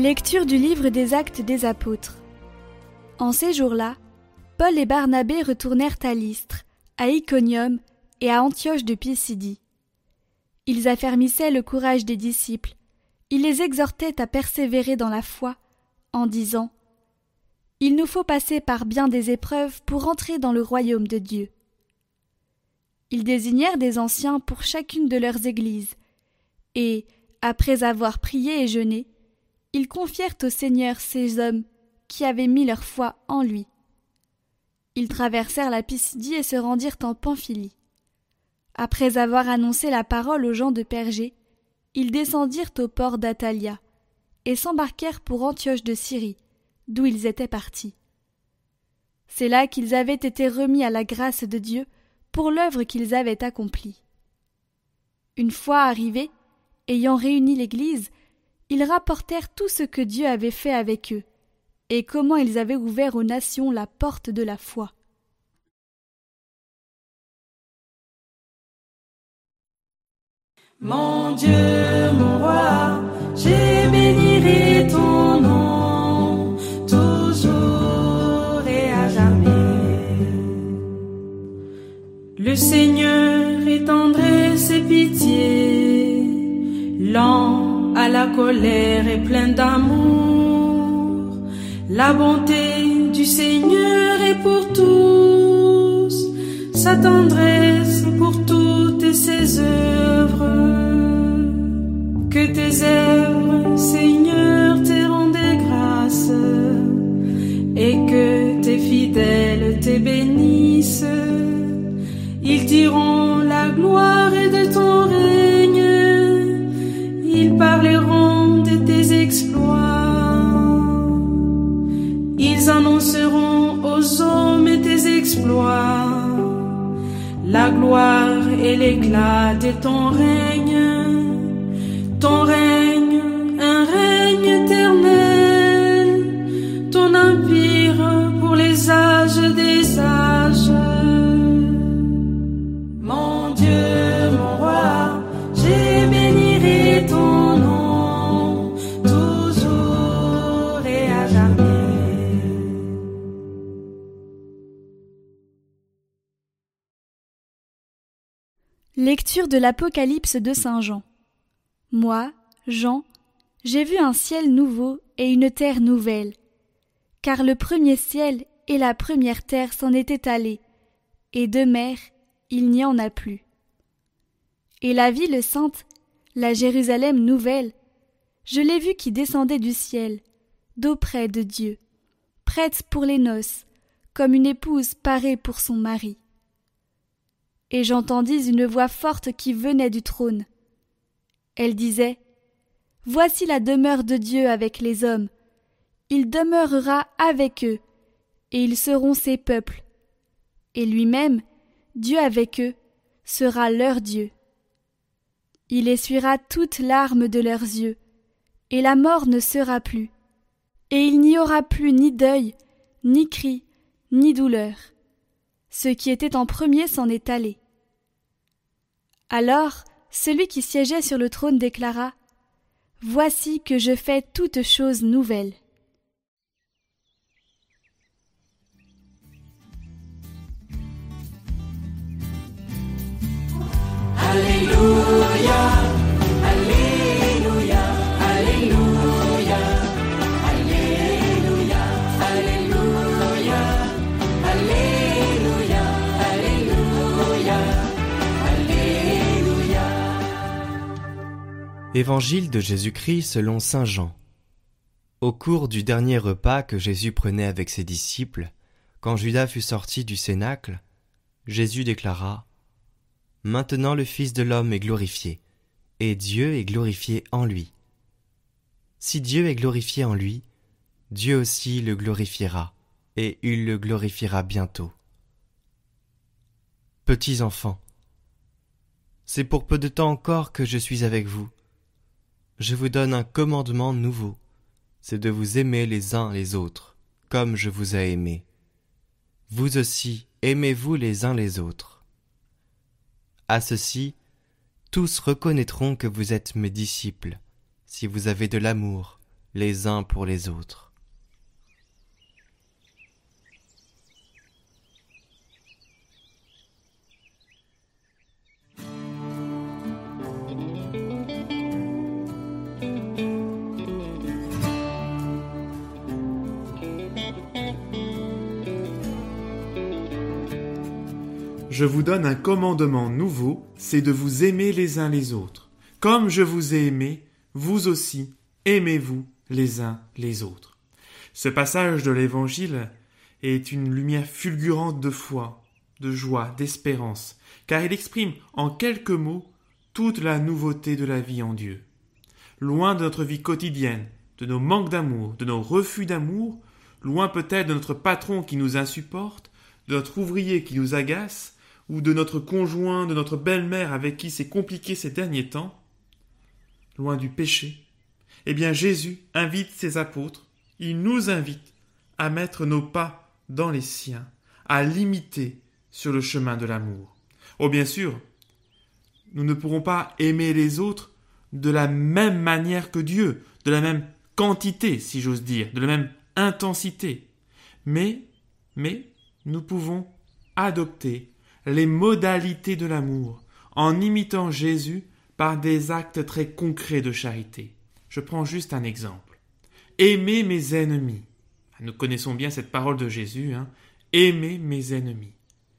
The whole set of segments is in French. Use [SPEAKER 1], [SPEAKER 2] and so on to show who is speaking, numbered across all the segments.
[SPEAKER 1] Lecture du livre des Actes des Apôtres. En ces jours-là, Paul et Barnabé retournèrent à Lystre, à Iconium et à Antioche de Pisidie. Ils affermissaient le courage des disciples. Ils les exhortaient à persévérer dans la foi, en disant « Il nous faut passer par bien des épreuves pour entrer dans le royaume de Dieu. » Ils désignèrent des anciens pour chacune de leurs églises, et, après avoir prié et jeûné, ils confièrent au Seigneur ces hommes qui avaient mis leur foi en lui. Ils traversèrent la Pisidie et se rendirent en Pamphylie. Après avoir annoncé la parole aux gens de Pergé, ils descendirent au port d'Attalia et s'embarquèrent pour Antioche de Syrie, d'où ils étaient partis. C'est là qu'ils avaient été remis à la grâce de Dieu pour l'œuvre qu'ils avaient accomplie. Une fois arrivés, ayant réuni l'Église, ils rapportèrent tout ce que Dieu avait fait avec eux, et comment ils avaient ouvert aux nations la porte de la foi.
[SPEAKER 2] Mon Dieu, mon roi, je bénirai ton nom, toujours et à jamais. Le Seigneur est tendresse et pitié, lent à la colère et plein d'amour. La bonté du Seigneur est pour tous, sa tendresse pour toutes ses œuvres. Que tes œuvres, Seigneur, te rendent grâce, et que tes fidèles te bénissent. Ils diront la gloire de ton règne, ils parleront de tes exploits. Ils annonceront aux hommes tes exploits, la gloire et l'éclat de ton règne, un règne éternel, ton empire pour les âges des âges. Mon Dieu, mon roi, je bénirai ton nom, toujours et à jamais.
[SPEAKER 1] Lecture de l'Apocalypse de Saint Jean. Moi, Jean, j'ai vu un ciel nouveau et une terre nouvelle, car le premier ciel et la première terre s'en étaient allés, et de mer il n'y en a plus. Et la ville sainte, la Jérusalem nouvelle, je l'ai vue qui descendait du ciel, d'auprès de Dieu, prête pour les noces, comme une épouse parée pour son mari. Et j'entendis une voix forte qui venait du trône. Elle disait « Voici la demeure de Dieu avec les hommes. Il demeurera avec eux, et ils seront ses peuples. Et lui-même, Dieu avec eux, sera leur Dieu. Il essuiera toute larme de leurs yeux, et la mort ne sera plus. Et il n'y aura plus ni deuil, ni cri, ni douleur. Ce qui était en premier s'en est allé. » Alors, celui qui siégeait sur le trône déclara « Voici que je fais toutes choses nouvelles. »
[SPEAKER 2] Alléluia, Alléluia, Alléluia, Alléluia, Alléluia, Alléluia, Alléluia, Alléluia.
[SPEAKER 3] Évangile de Jésus-Christ selon saint Jean. Au cours du dernier repas que Jésus prenait avec ses disciples, quand Judas fut sorti du cénacle, Jésus déclara « Maintenant le Fils de l'homme est glorifié, et Dieu est glorifié en lui. Si Dieu est glorifié en lui, Dieu aussi le glorifiera, et il le glorifiera bientôt. Petits enfants, c'est pour peu de temps encore que je suis avec vous. Je vous donne un commandement nouveau, c'est de vous aimer les uns les autres, comme je vous ai aimés. Vous aussi, aimez-vous les uns les autres. À ceci, tous reconnaîtront que vous êtes mes disciples, si vous avez de l'amour les uns pour les autres.
[SPEAKER 4] Je vous donne un commandement nouveau, c'est de vous aimer les uns les autres. Comme je vous ai aimé, vous aussi, aimez-vous les uns les autres. Ce passage de l'Évangile est une lumière fulgurante de foi, de joie, d'espérance, car il exprime en quelques mots toute la nouveauté de la vie en Dieu. Loin de notre vie quotidienne, de nos manques d'amour, de nos refus d'amour, loin peut-être de notre patron qui nous insupporte, de notre ouvrier qui nous agace, ou de notre conjoint, de notre belle-mère avec qui c'est compliqué ces derniers temps, loin du péché, eh bien Jésus invite ses apôtres, il nous invite à mettre nos pas dans les siens, à l'imiter sur le chemin de l'amour. Oh bien sûr, nous ne pourrons pas aimer les autres de la même manière que Dieu, de la même quantité, si j'ose dire, de la même intensité, mais nous pouvons adopter les modalités de l'amour, en imitant Jésus par des actes très concrets de charité. Je prends juste un exemple. Aimer mes ennemis. Nous connaissons bien cette parole de Jésus, Aimer mes ennemis.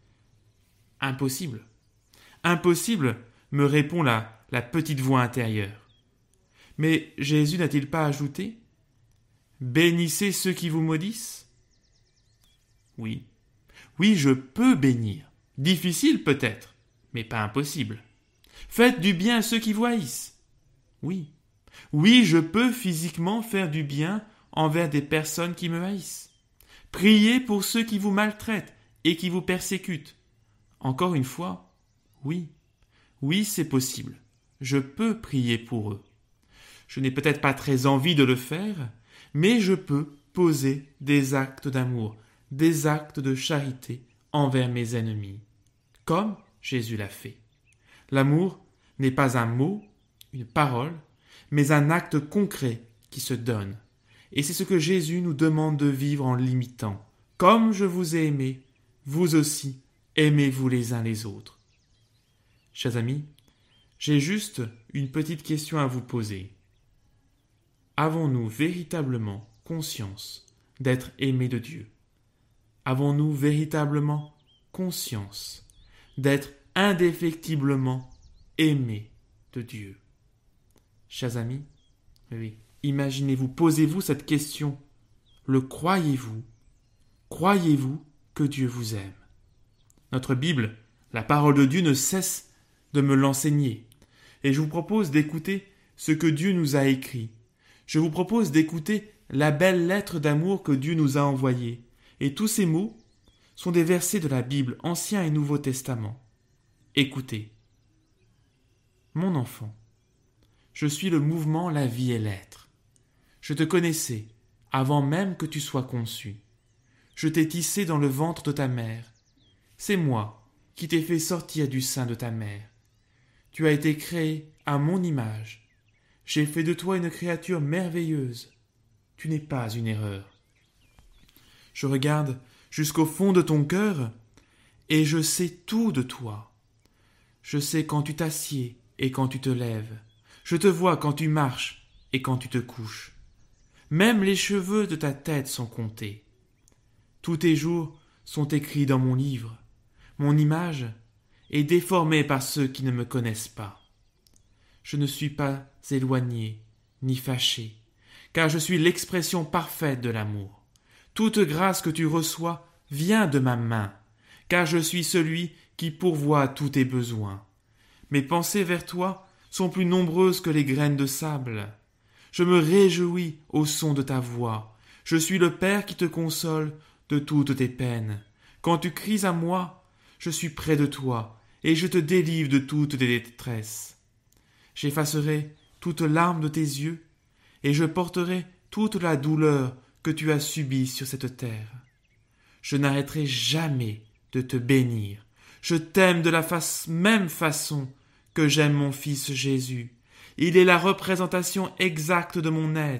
[SPEAKER 4] Impossible. Impossible, me répond la petite voix intérieure. Mais Jésus n'a-t-il pas ajouté « Bénissez ceux qui vous maudissent » Oui, je peux bénir. Difficile peut-être, mais pas impossible. Faites du bien à ceux qui vous haïssent. Oui, je peux physiquement faire du bien envers des personnes qui me haïssent. Priez pour ceux qui vous maltraitent et qui vous persécutent. Encore une fois, oui, c'est possible. Je peux prier pour eux. Je n'ai peut-être pas très envie de le faire, mais je peux poser des actes d'amour, des actes de charité envers mes ennemis, comme Jésus l'a fait. L'amour n'est pas un mot, une parole, mais un acte concret qui se donne. Et c'est ce que Jésus nous demande de vivre en l'imitant. Comme je vous ai aimé, vous aussi, aimez-vous les uns les autres. Chers amis, j'ai juste une petite question à vous poser. Avons-nous véritablement conscience d'être aimés de Dieu ? Avons-nous véritablement conscience d'être indéfectiblement aimés de Dieu ? Chers amis, oui, imaginez-vous, posez-vous cette question. Le croyez-vous ? Croyez-vous que Dieu vous aime ? Notre Bible, la parole de Dieu, ne cesse de me l'enseigner. Et je vous propose d'écouter ce que Dieu nous a écrit. Je vous propose d'écouter la belle lettre d'amour que Dieu nous a envoyée. Et tous ces mots sont des versets de la Bible, Ancien et Nouveau Testament. Écoutez. Mon enfant, je suis le mouvement, la vie et l'être. Je te connaissais avant même que tu sois conçu. Je t'ai tissé dans le ventre de ta mère. C'est moi qui t'ai fait sortir du sein de ta mère. Tu as été créé à mon image. J'ai fait de toi une créature merveilleuse. Tu n'es pas une erreur. Je regarde jusqu'au fond de ton cœur et je sais tout de toi. Je sais quand tu t'assieds et quand tu te lèves. Je te vois quand tu marches et quand tu te couches. Même les cheveux de ta tête sont comptés. Tous tes jours sont écrits dans mon livre. Mon image est déformée par ceux qui ne me connaissent pas. Je ne suis pas éloigné ni fâché, car je suis l'expression parfaite de l'amour. Toute grâce que tu reçois vient de ma main, car je suis celui qui pourvoit à tous tes besoins. Mes pensées vers toi sont plus nombreuses que les graines de sable. Je me réjouis au son de ta voix. Je suis le Père qui te console de toutes tes peines. Quand tu cries à moi, je suis près de toi, et je te délivre de toutes tes détresses. J'effacerai toute larme de tes yeux, et je porterai toute la douleur que tu as subie sur cette terre. Je n'arrêterai jamais de te bénir. Je t'aime de la même façon que j'aime mon Fils Jésus. Il est la représentation exacte de mon être.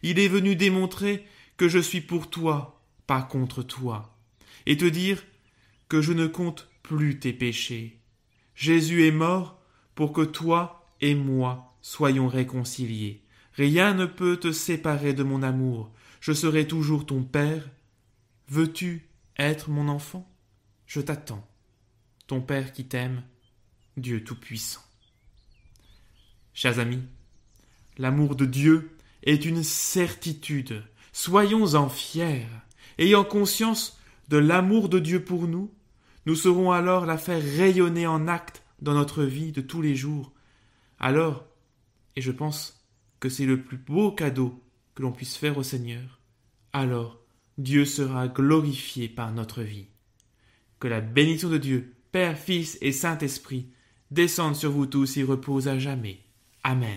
[SPEAKER 4] Il est venu démontrer que je suis pour toi, pas contre toi, et te dire que je ne compte plus tes péchés. Jésus est mort pour que toi et moi soyons réconciliés. Rien ne peut te séparer de mon amour. Je serai toujours ton Père. Veux-tu être mon enfant? Je t'attends. Ton Père qui t'aime, Dieu Tout-Puissant. Chers amis, l'amour de Dieu est une certitude. Soyons-en fiers. Ayant conscience de l'amour de Dieu pour nous, nous saurons alors la faire rayonner en actes dans notre vie de tous les jours. Alors, et je pense que c'est le plus beau cadeau que l'on puisse faire au Seigneur, alors Dieu sera glorifié par notre vie. Que la bénédiction de Dieu, Père, Fils et Saint-Esprit, descende sur vous tous et repose à jamais. Amen.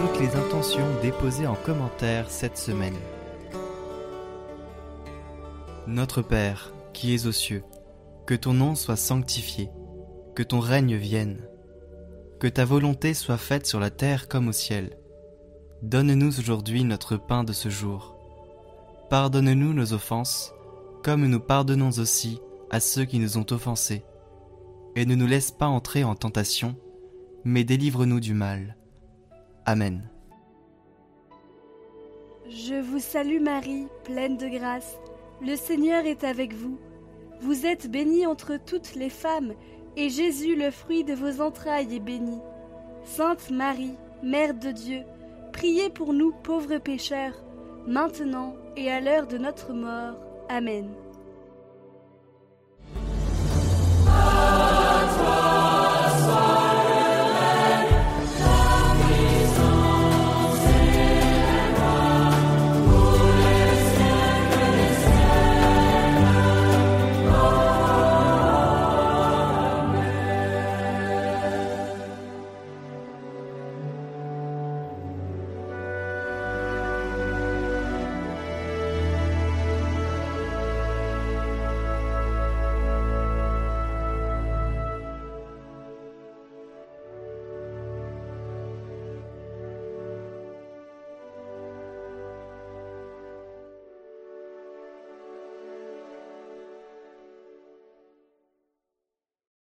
[SPEAKER 3] toutes les intentions déposées en commentaire cette semaine. Notre Père, qui es aux cieux, que ton nom soit sanctifié, que ton règne vienne, que ta volonté soit faite sur la terre comme au ciel. Donne-nous aujourd'hui notre pain de ce jour. Pardonne-nous nos offenses, comme nous pardonnons aussi à ceux qui nous ont offensés. Et ne nous laisse pas entrer en tentation, mais délivre-nous du mal. Amen.
[SPEAKER 1] Je vous salue Marie, pleine de grâce. Le Seigneur est avec vous. Vous êtes bénie entre toutes les femmes, et Jésus, le fruit de vos entrailles, est béni. Sainte Marie, Mère de Dieu, priez pour nous pauvres pécheurs, maintenant et à l'heure de notre mort. Amen.